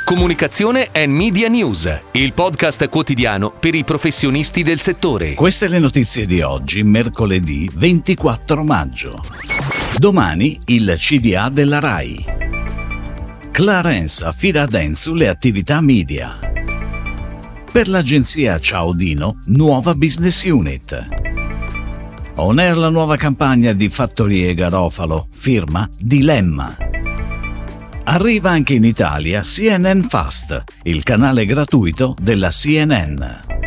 Comunicazione and Media News, il podcast quotidiano per i professionisti del settore. Queste le notizie di oggi, mercoledì 24 maggio. Domani il CDA della RAI. Clarence affida a Dentsu le attività media. Per l'agenzia Ciao Dino, nuova business unit. On air la nuova campagna di Fattorie Garofalo, firma Dilemma. Arriva anche in Italia CNN Fast, il canale gratuito della CNN.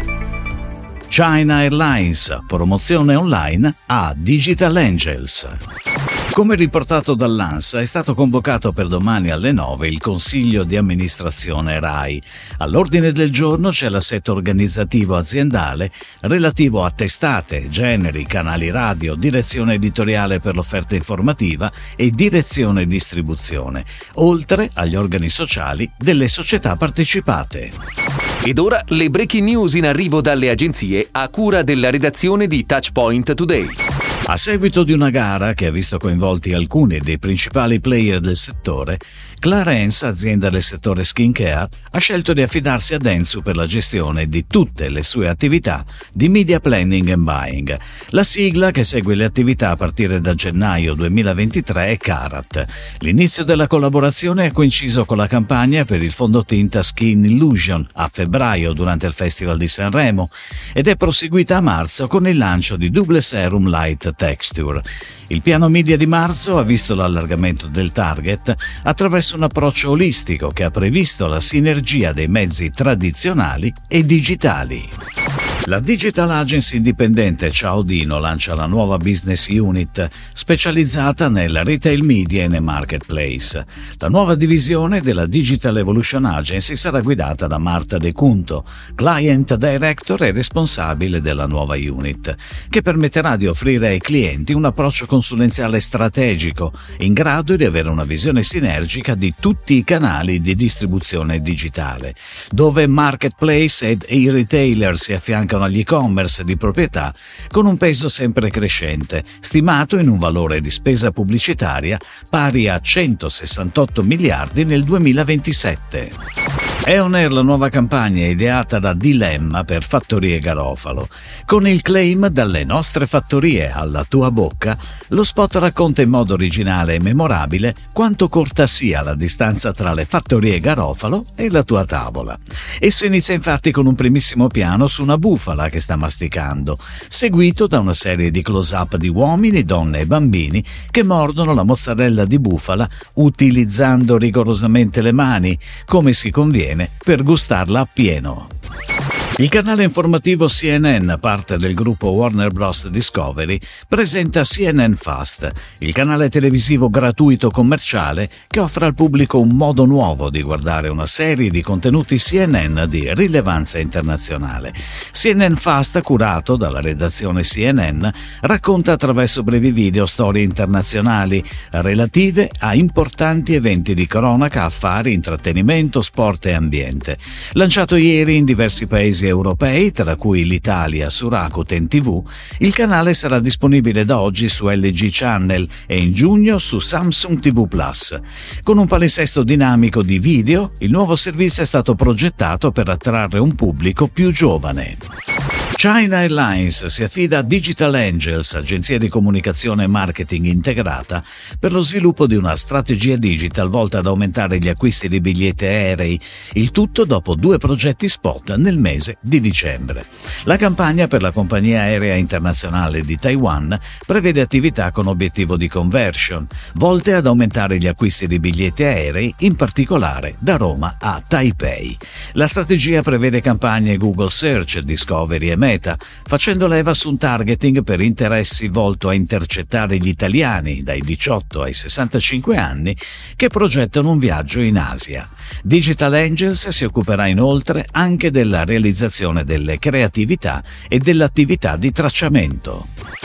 China Airlines, promozione online a Digital Angels. Come riportato dall'ANSA, è stato convocato per domani alle 9 il Consiglio di amministrazione RAI. All'ordine del giorno c'è l'assetto organizzativo aziendale relativo a testate, generi, canali radio, direzione editoriale per l'offerta informativa e direzione distribuzione, oltre agli organi sociali delle società partecipate. Ed ora le breaking news in arrivo dalle agenzie a cura della redazione di Touchpoint Today. A seguito di una gara che ha visto coinvolti alcuni dei principali player del settore, Clarence, azienda del settore skincare, ha scelto di affidarsi a Dentsu per la gestione di tutte le sue attività di media planning and buying. La sigla che segue le attività a partire da gennaio 2023 è Carat. L'inizio della collaborazione è coinciso con la campagna per il fondotinta Skin Illusion a febbraio durante il Festival di Sanremo ed è proseguita a marzo con il lancio di Double Serum Light Texture. Il piano media di marzo ha visto l'allargamento del target attraverso un approccio olistico che ha previsto la sinergia dei mezzi tradizionali e digitali. La digital agency indipendente Ciao Dino lancia la nuova business unit specializzata nel retail media e nel marketplace. La nuova divisione della Digital Evolution Agency sarà guidata da Marta De Cunto, client director e responsabile della nuova unit, che permetterà di offrire ai clienti un approccio consulenziale strategico in grado di avere una visione sinergica di tutti i canali di distribuzione digitale, dove marketplace ed i retailer si affiancano agli e-commerce di proprietà con un peso sempre crescente, stimato in un valore di spesa pubblicitaria pari a 168 miliardi nel 2027. È on air la nuova campagna ideata da Dilemma per Fattorie Garofalo. Con il claim "Dalle nostre fattorie alla tua bocca", lo spot racconta in modo originale e memorabile quanto corta sia la distanza tra le fattorie Garofalo e la tua tavola. Esso inizia infatti con un primissimo piano su una bufala che sta masticando, seguito da una serie di close-up di uomini, donne e bambini che mordono la mozzarella di bufala utilizzando rigorosamente le mani, come si conviene per gustarla appieno. Il canale informativo CNN, parte del gruppo Warner Bros. Discovery, presenta CNN Fast, il canale televisivo gratuito commerciale che offre al pubblico un modo nuovo di guardare una serie di contenuti CNN di rilevanza internazionale. CNN Fast, curato dalla redazione CNN, racconta attraverso brevi video storie internazionali relative a importanti eventi di cronaca, affari, intrattenimento, sport e ambiente. Lanciato ieri in diversi paesi europei, tra cui l'Italia su Rakuten TV, il canale sarà disponibile da oggi su LG Channel e in giugno su Samsung TV Plus. Con un palinsesto dinamico di video, il nuovo servizio è stato progettato per attrarre un pubblico più giovane. China Airlines si affida a Digital Angels, agenzia di comunicazione e marketing integrata, per lo sviluppo di una strategia digital volta ad aumentare gli acquisti di biglietti aerei, il tutto dopo 2 progetti spot nel mese di dicembre. La campagna per la compagnia aerea internazionale di Taiwan prevede attività con obiettivo di conversion, volte ad aumentare gli acquisti di biglietti aerei, in particolare da Roma a Taipei. La strategia prevede campagne Google Search, Discovery e Meta, facendo leva su un targeting per interessi volto a intercettare gli italiani dai 18 ai 65 anni che progettano un viaggio in Asia. Digital Angels si occuperà inoltre anche della realizzazione delle creatività e dell'attività di tracciamento.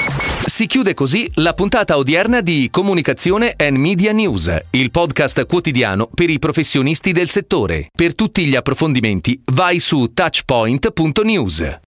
Si chiude così la puntata odierna di Comunicazione and Media News, il podcast quotidiano per i professionisti del settore. Per tutti gli approfondimenti vai su touchpoint.news.